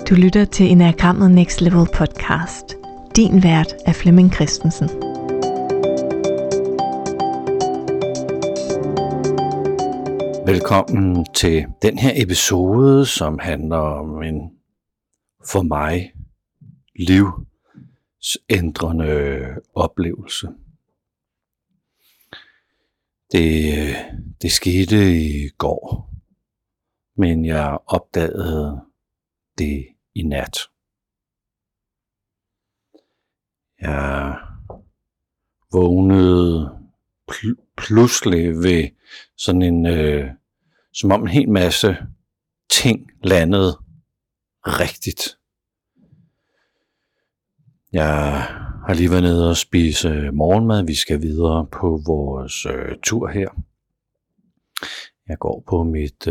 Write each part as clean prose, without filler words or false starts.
Du lytter til Enneagrammet Next Level podcast. Din vært er Flemming Christensen. Velkommen til den her episode, som handler om en for mig livsændrende oplevelse. Det skete i går, men jeg opdagede det i nat. Jeg vågnede pludselig ved sådan en, som om en hel masse ting landede rigtigt. Jeg har lige været nede og spise morgenmad. Vi skal videre på vores tur her. Jeg går på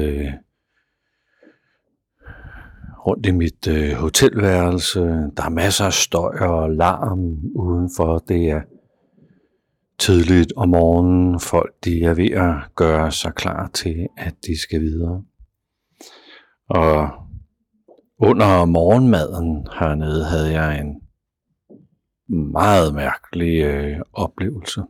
rundt i mit hotelværelse. Der er masser af støj og larm udenfor. Det er tidligt om morgenen. Folk de er ved at gøre sig klar til, at de skal videre. Og under morgenmaden hernede havde jeg en meget mærkelig oplevelse.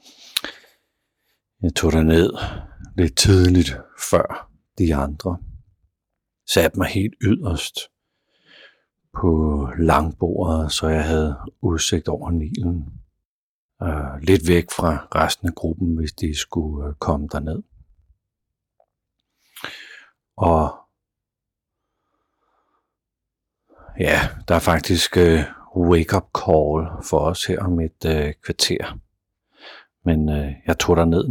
Jeg tog derned lidt tidligt før de andre. Satte mig helt yderst på langbordet, så jeg havde udsigt over Nilen. Lidt væk fra resten af gruppen, hvis de skulle komme derned. Og ja, der er faktisk wake-up call for os her om et kvarter. Men jeg tog derned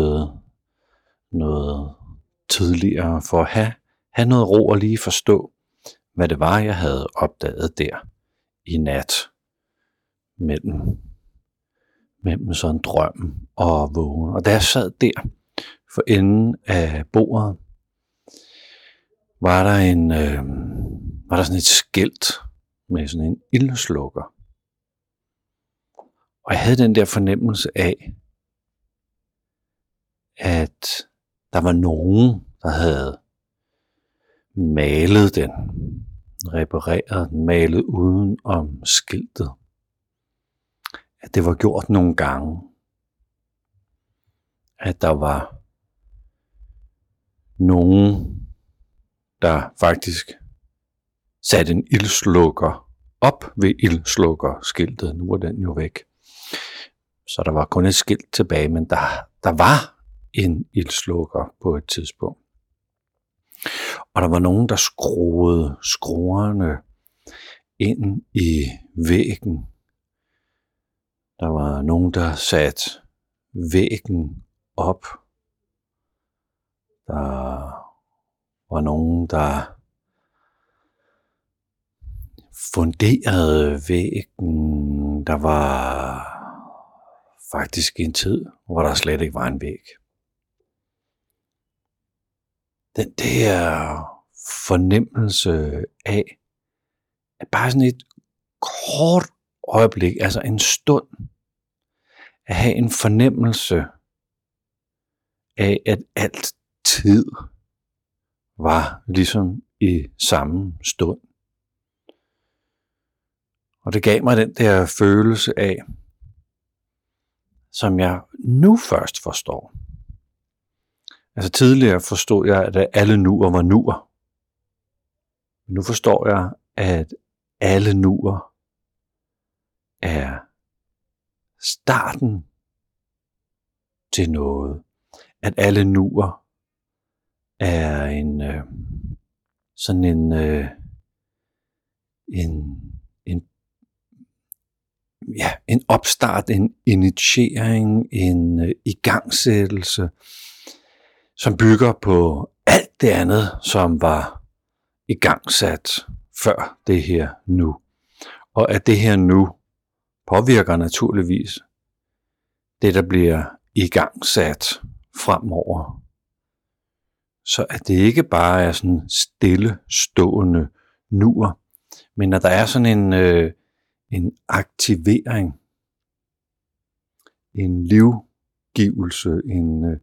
noget tidligere for at have noget ro og lige forstå, hvad det var, jeg havde opdaget der i nat mellem sådan en drøm og vågen. Og da jeg sad der for enden af bordet, var der sådan et skilt med sådan en ildslukker. Og jeg havde den der fornemmelse af, at der var nogen, der havde malet den, repareret den, malet uden om skiltet. At det var gjort nogle gange. At der var nogen, der faktisk satte en ildslukker op ved ildslukkerskiltet. Nu var den jo væk. Så der var kun et skilt tilbage, men der var en ildslukker på et tidspunkt. Og der var nogen, der skruede skruerne ind i væggen. Der var nogen, der satte væggen op. Der var nogen, der funderede væggen. Der var faktisk en tid, hvor der slet ikke var en væg. Den der fornemmelse af, at bare sådan et kort øjeblik, altså en stund, at have en fornemmelse af, at alt tid var ligesom i samme stund. Og det gav mig den der følelse af, som jeg nu først forstår. Altså tidligere forstod jeg, at alle nuer var nuer. Nu forstår jeg, at alle nuer er starten til noget. At alle nuer er en opstart, en initiering, en igangsættelse, som bygger på alt det andet, som var igangsat før det her nu. Og at det her nu påvirker naturligvis det, der bliver igangsat fremover. Så at det ikke bare er sådan stillestående nuer, men at der er sådan en aktivering, en livgivelse, en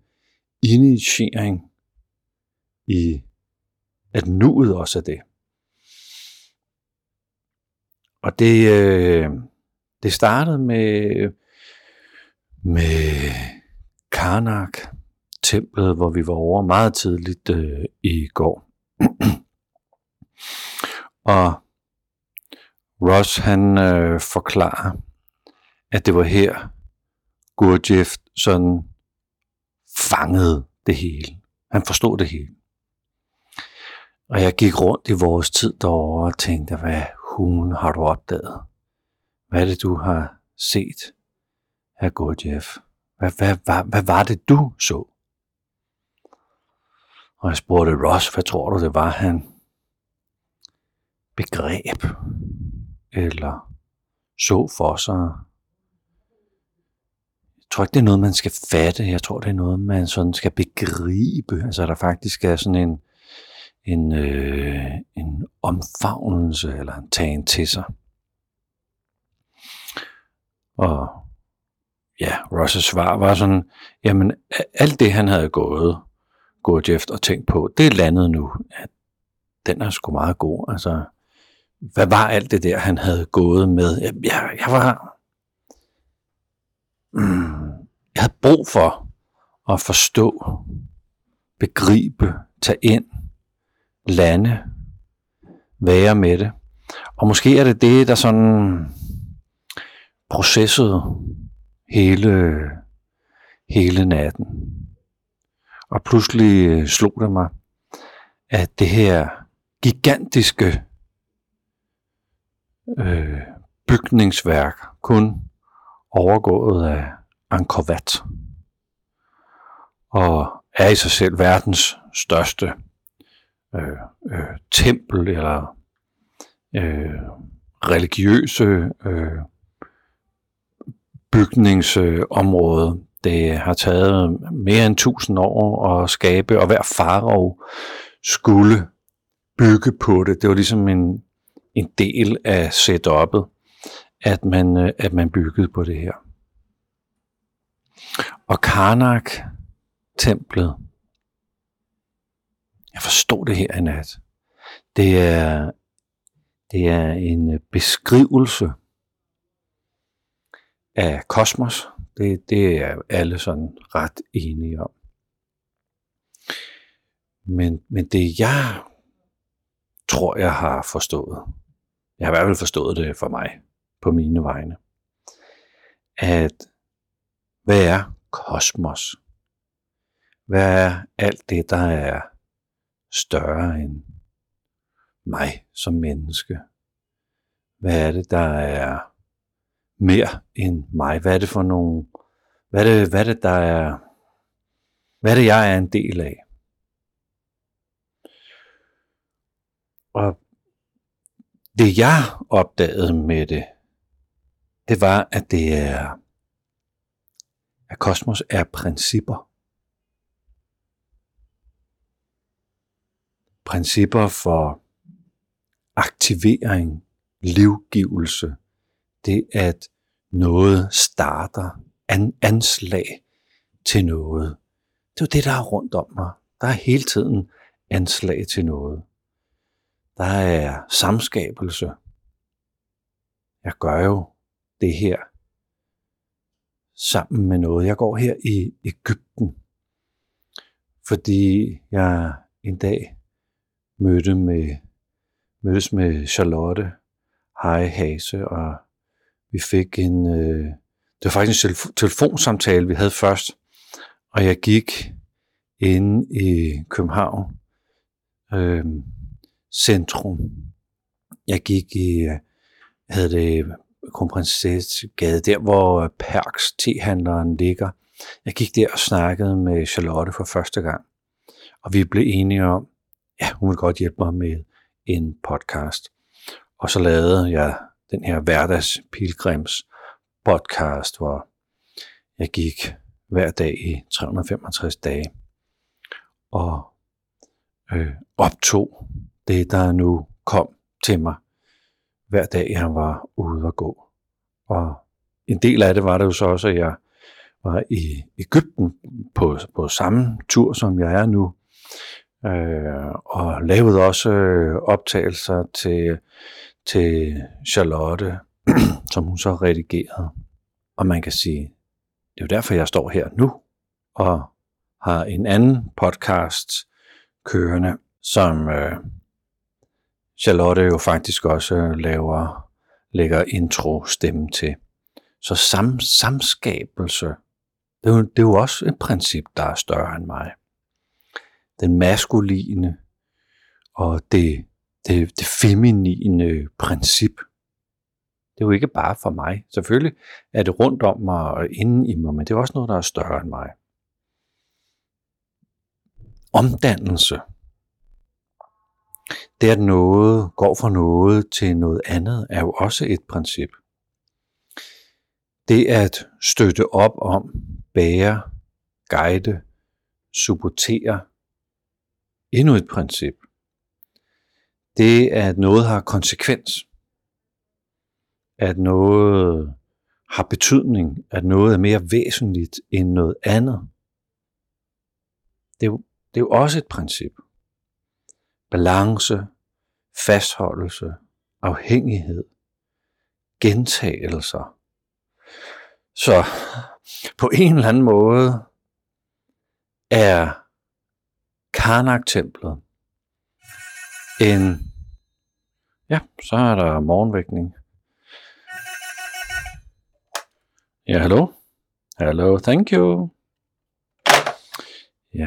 initiering i, at nuet også er det. Og det startede med Karnak-templet, hvor vi var over meget tidligt i går. Og Ross han forklarer, at det var her Gurdjieff sådan fangede det hele. Han forstod det hele. Og jeg gik rundt i vores tid derovre og tænkte, hvad hulen har du opdaget? Hvad er det, du har set, hr. Gurdjieff? Hvad var det, du så? Og jeg spurgte Ross, hvad tror du, det var, han begreb eller så for sig? Jeg tror ikke, det er noget, man skal fatte. Jeg tror, det er noget, man sådan skal begribe. Altså, der faktisk er sådan en omfavnelse eller en tagen til sig. Og ja, Ross' svar var sådan, jamen alt det, han havde Gurdjieff og tænkt på, det landede nu. At den er sgu meget god. Altså, hvad var alt det der, han havde gået med? Jeg havde brug for at forstå, begribe, tage ind, lande, være med det. Og måske er det det, der sådan processede hele natten. Og pludselig slog det mig, at det her gigantiske bygningsværk, kun overgået af Angkor Wat, og er i sig selv verdens største tempel eller religiøse bygningsområde. Det har taget mere end 1000 år at skabe, og hver farao skulle bygge på det. Det var ligesom en del af setup'et, at man byggede på det her. Og Karnak-templet, jeg forstod det her i nat. Det er en beskrivelse af kosmos. Det er alle sådan ret enige om. Men det jeg tror, jeg har forstået, jeg har i hvert fald forstået det for mig, på mine vegne, at hvad er kosmos? Hvad er alt det, der er større end mig som menneske? Hvad er det, der er mere end mig? Hvad er det for nogle, hvad er det, jeg er en del af? Og det jeg opdagede med det var, at at kosmos er principper. Principper for aktivering, livgivelse. Det at noget starter, anslag til noget. Det er jo det, der er rundt om mig. Der er hele tiden anslag til noget. Der er samskabelse. Jeg gør jo det her sammen med noget. Jeg går her i Egypten, fordi jeg en dag mødtes med Charlotte Hase, og vi fik det var faktisk en telefonsamtale, vi havde først, og jeg gik inde i København centrum. Jeg gik i Kronprinsessegade, der hvor Perks tehandleren ligger. Jeg gik der og snakkede med Charlotte for første gang, og vi blev enige om, ja, hun ville godt hjælpe mig med en podcast. Og så lavede jeg den her hverdagspilgrims podcast, hvor jeg gik hver dag i 365 dage og optog det, der nu kom til mig hver dag, jeg var ude at gå. Og en del af det var det jo så også, at jeg var i Egypten på samme tur, som jeg er nu, og lavede også optagelser til Charlotte, som hun så redigerede. Og man kan sige, det er jo derfor, jeg står her nu, og har en anden podcast kørende, som Charlotte jo faktisk også lægger intro-stemme til. Så samskabelse, det er jo også et princip, der er større end mig. Den maskuline og det feminine princip, det er jo ikke bare for mig. Selvfølgelig er det rundt om mig og inden i mig, men det er også noget, der er større end mig. Omdannelse. Det at noget går fra noget til noget andet, er jo også et princip. Det at støtte op om, bære, guide, supportere, endnu et princip. Det at noget har konsekvens. At noget har betydning. At noget er mere væsentligt end noget andet. Det er jo også et princip. Balance, fastholdelse, afhængighed, gentagelser. Så på en eller anden måde er Karnak-templet så er der morgenvækning. Ja, hallo? Hallo, thank you. Ja.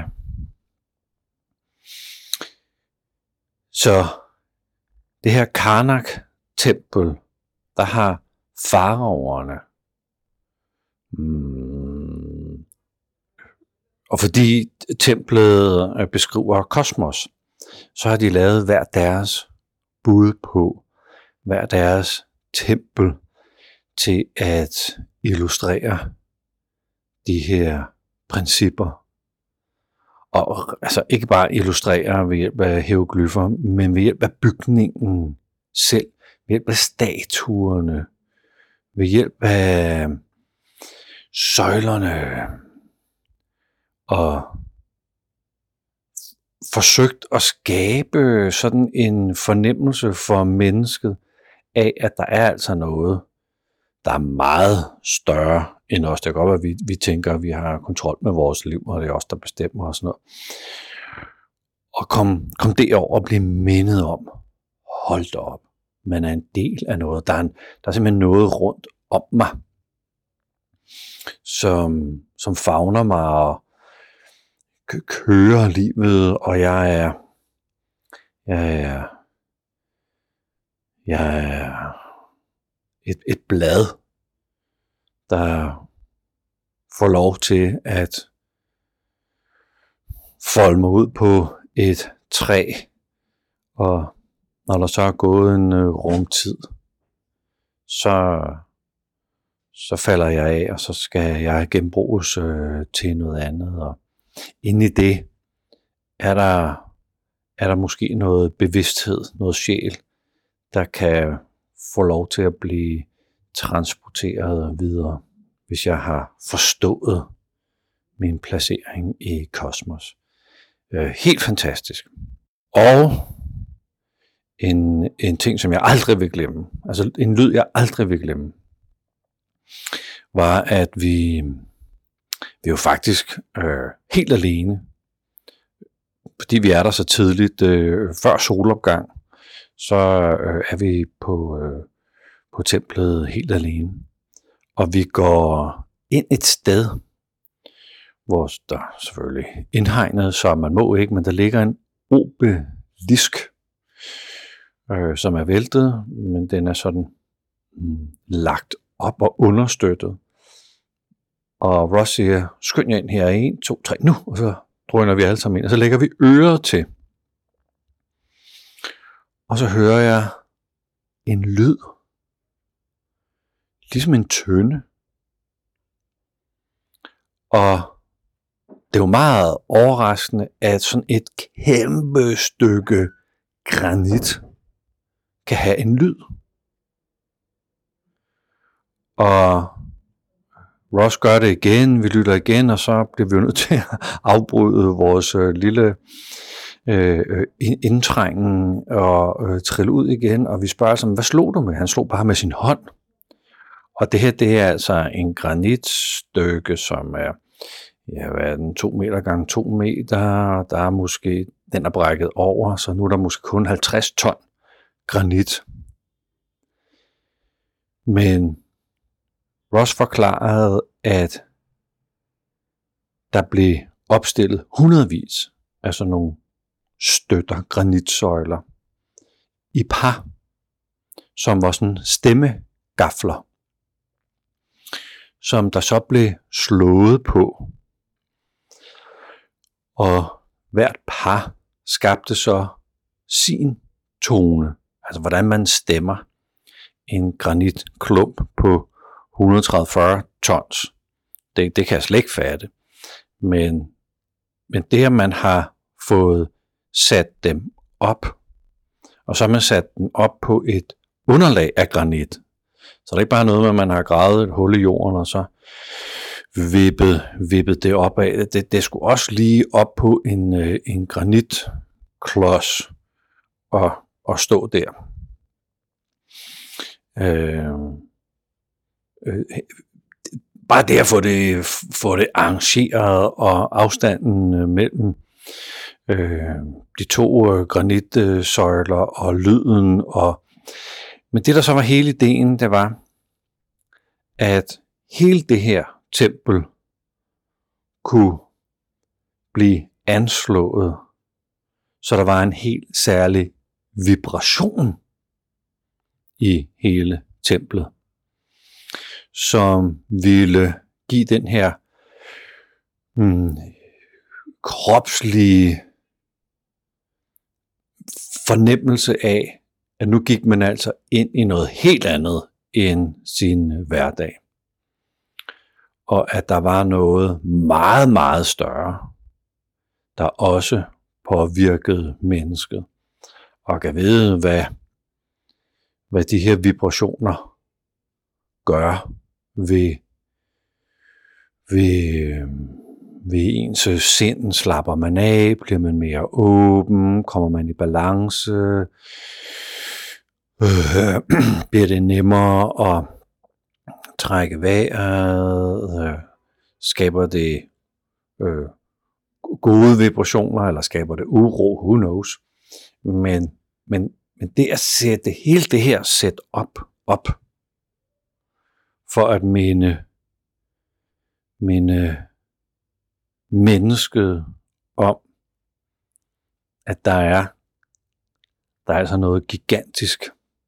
Så det her Karnak-tempel, der har faraoerne. Og fordi templet beskriver kosmos, så har de lavet hver deres bud på, hver deres tempel til at illustrere de her principper. Og altså ikke bare illustrere ved hjælp af hieroglyffer, men ved hjælp af bygningen selv, ved hjælp af statuerne, ved hjælp af søjlerne, og forsøgt at skabe sådan en fornemmelse for mennesket af, at der er altså noget, der er meget større end os. Det kan godt være, at vi tænker, at vi har kontrol med vores liv, og det er os, der bestemmer og sådan noget. Og kom derover og blive mindet om, hold da op, man er en del af noget. Der er simpelthen noget rundt om mig, som favner mig og kører livet, og jeg er et blad, der får lov til at folde mig ud på et træ, og når der så er gået en rumtid, så falder jeg af, og så skal jeg genbruges til noget andet, og inde i det er der måske noget bevidsthed, noget sjæl, der kan få lov til at blive transporteret videre, hvis jeg har forstået min placering i kosmos. Helt fantastisk. Og en ting, som jeg aldrig vil glemme, altså en lyd, jeg aldrig vil glemme, var, at vi er jo faktisk helt alene, fordi vi er der så tidligt, før solopgang, så er vi på templet helt alene. Og vi går ind et sted, hvor der selvfølgelig indhegnet, så man må ikke, men der ligger en obelisk, som er væltet, men den er sådan lagt op og understøttet. Og Ross siger, skynd jer ind her, 1, 2, 3, nu, og så drøner vi alle sammen ind, og så lægger vi øret til. Og så hører jeg en lyd, ligesom en tønde. Og det er jo meget overraskende, at sådan et kæmpe stykke granit kan have en lyd. Og Ross gør det igen, vi lytter igen, og så bliver vi nødt til at afbryde vores lille indtrængen og trille ud igen, og vi spørger som, hvad slog du med? Han slog bare med sin hånd. Og det her, det er altså en granitstykke, som er, hvad er den, 2 meter gange 2 meter, der er måske, den er brækket over, så nu er der måske kun 50 ton granit. Men Ross forklarede, at der blev opstillet hundredvis af sådan nogle støtter, granitsøjler, i par, som var sådan stemmegafler, som der så blev slået på. Og hvert par skabte så sin tone, altså hvordan man stemmer en granitklump på 130-40 tons. Det kan jeg slet ikke fatte. Men det, at man har fået sat dem op, og så har man sat dem op på et underlag af granit. Så det er ikke bare noget med, at man har gravet et hul i jorden, og så vippet det op af. Det skulle også lige op på en granitklods og stå der. Bare det at få det arrangeret, og afstanden mellem de to granitsøjler og lyden. Men det, der så var hele ideen, det var, at hele det her tempel kunne blive anslået, så der var en helt særlig vibration i hele templet, som ville give den her kropslige fornemmelse af, at nu gik man altså ind i noget helt andet end sin hverdag. Og at der var noget meget, meget større, der også påvirkede mennesket. Og kan vide, hvad de her vibrationer gør ved ens sind. Slapper man af, bliver man mere åben, kommer man i balance, bliver det nemmere at trække vejret, skaber det gode vibrationer, eller skaber det uro, who knows. Men det at sætte hele det her sæt op for at minde mennesket om, at der er altså noget gigantisk,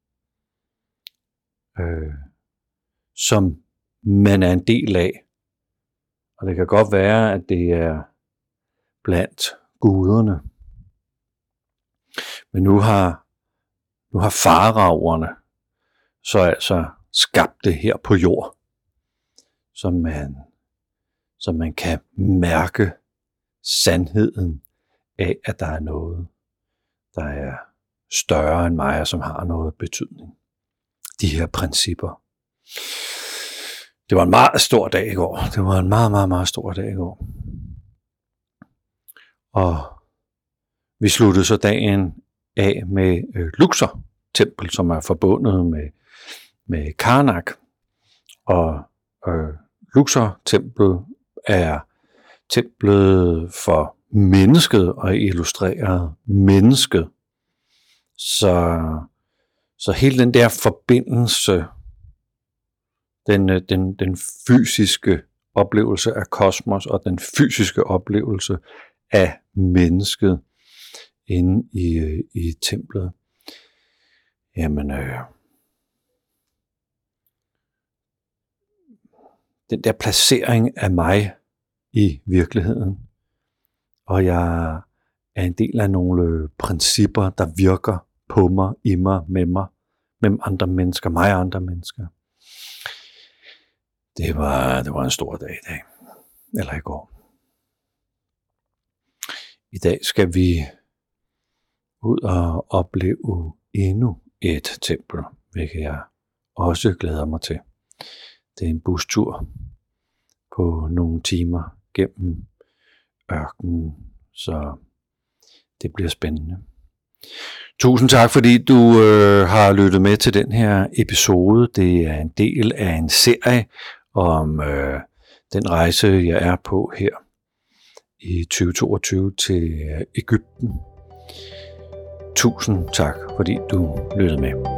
som man er en del af. Og det kan godt være, at det er blandt guderne. Men nu har faraoerne så altså skabt det her på jord, så man kan mærke sandheden af, at der er noget, der er større end mig, og som har noget betydning. De her principper. Det var en meget stor dag i går. Det var en meget, meget, meget stor dag i går. Og vi sluttede så dagen af med Luxor-tempel, som er forbundet med Karnak. Og Luxor-templet er templet for mennesket og illustrerer mennesket. Så hele den der forbindelse, den fysiske oplevelse af kosmos og den fysiske oplevelse af mennesket inde i templet. Jamen, den der placering af mig i virkeligheden, og jeg er en del af nogle principper, der virker på mig, i mig, med mig, mellem andre mennesker, mig og andre mennesker. Det var en stor dag i dag, eller i går. I dag skal vi ud og opleve endnu et tempel, hvilket jeg også glæder mig til. Det er en bustur på nogle timer gennem ørkenen, så Det bliver spændende. Tusind tak, fordi du har lyttet med til den her episode. Det er en del af en serie om den rejse, jeg er på her i 2022 til Egypten. Tusind tak, fordi du lyttede med.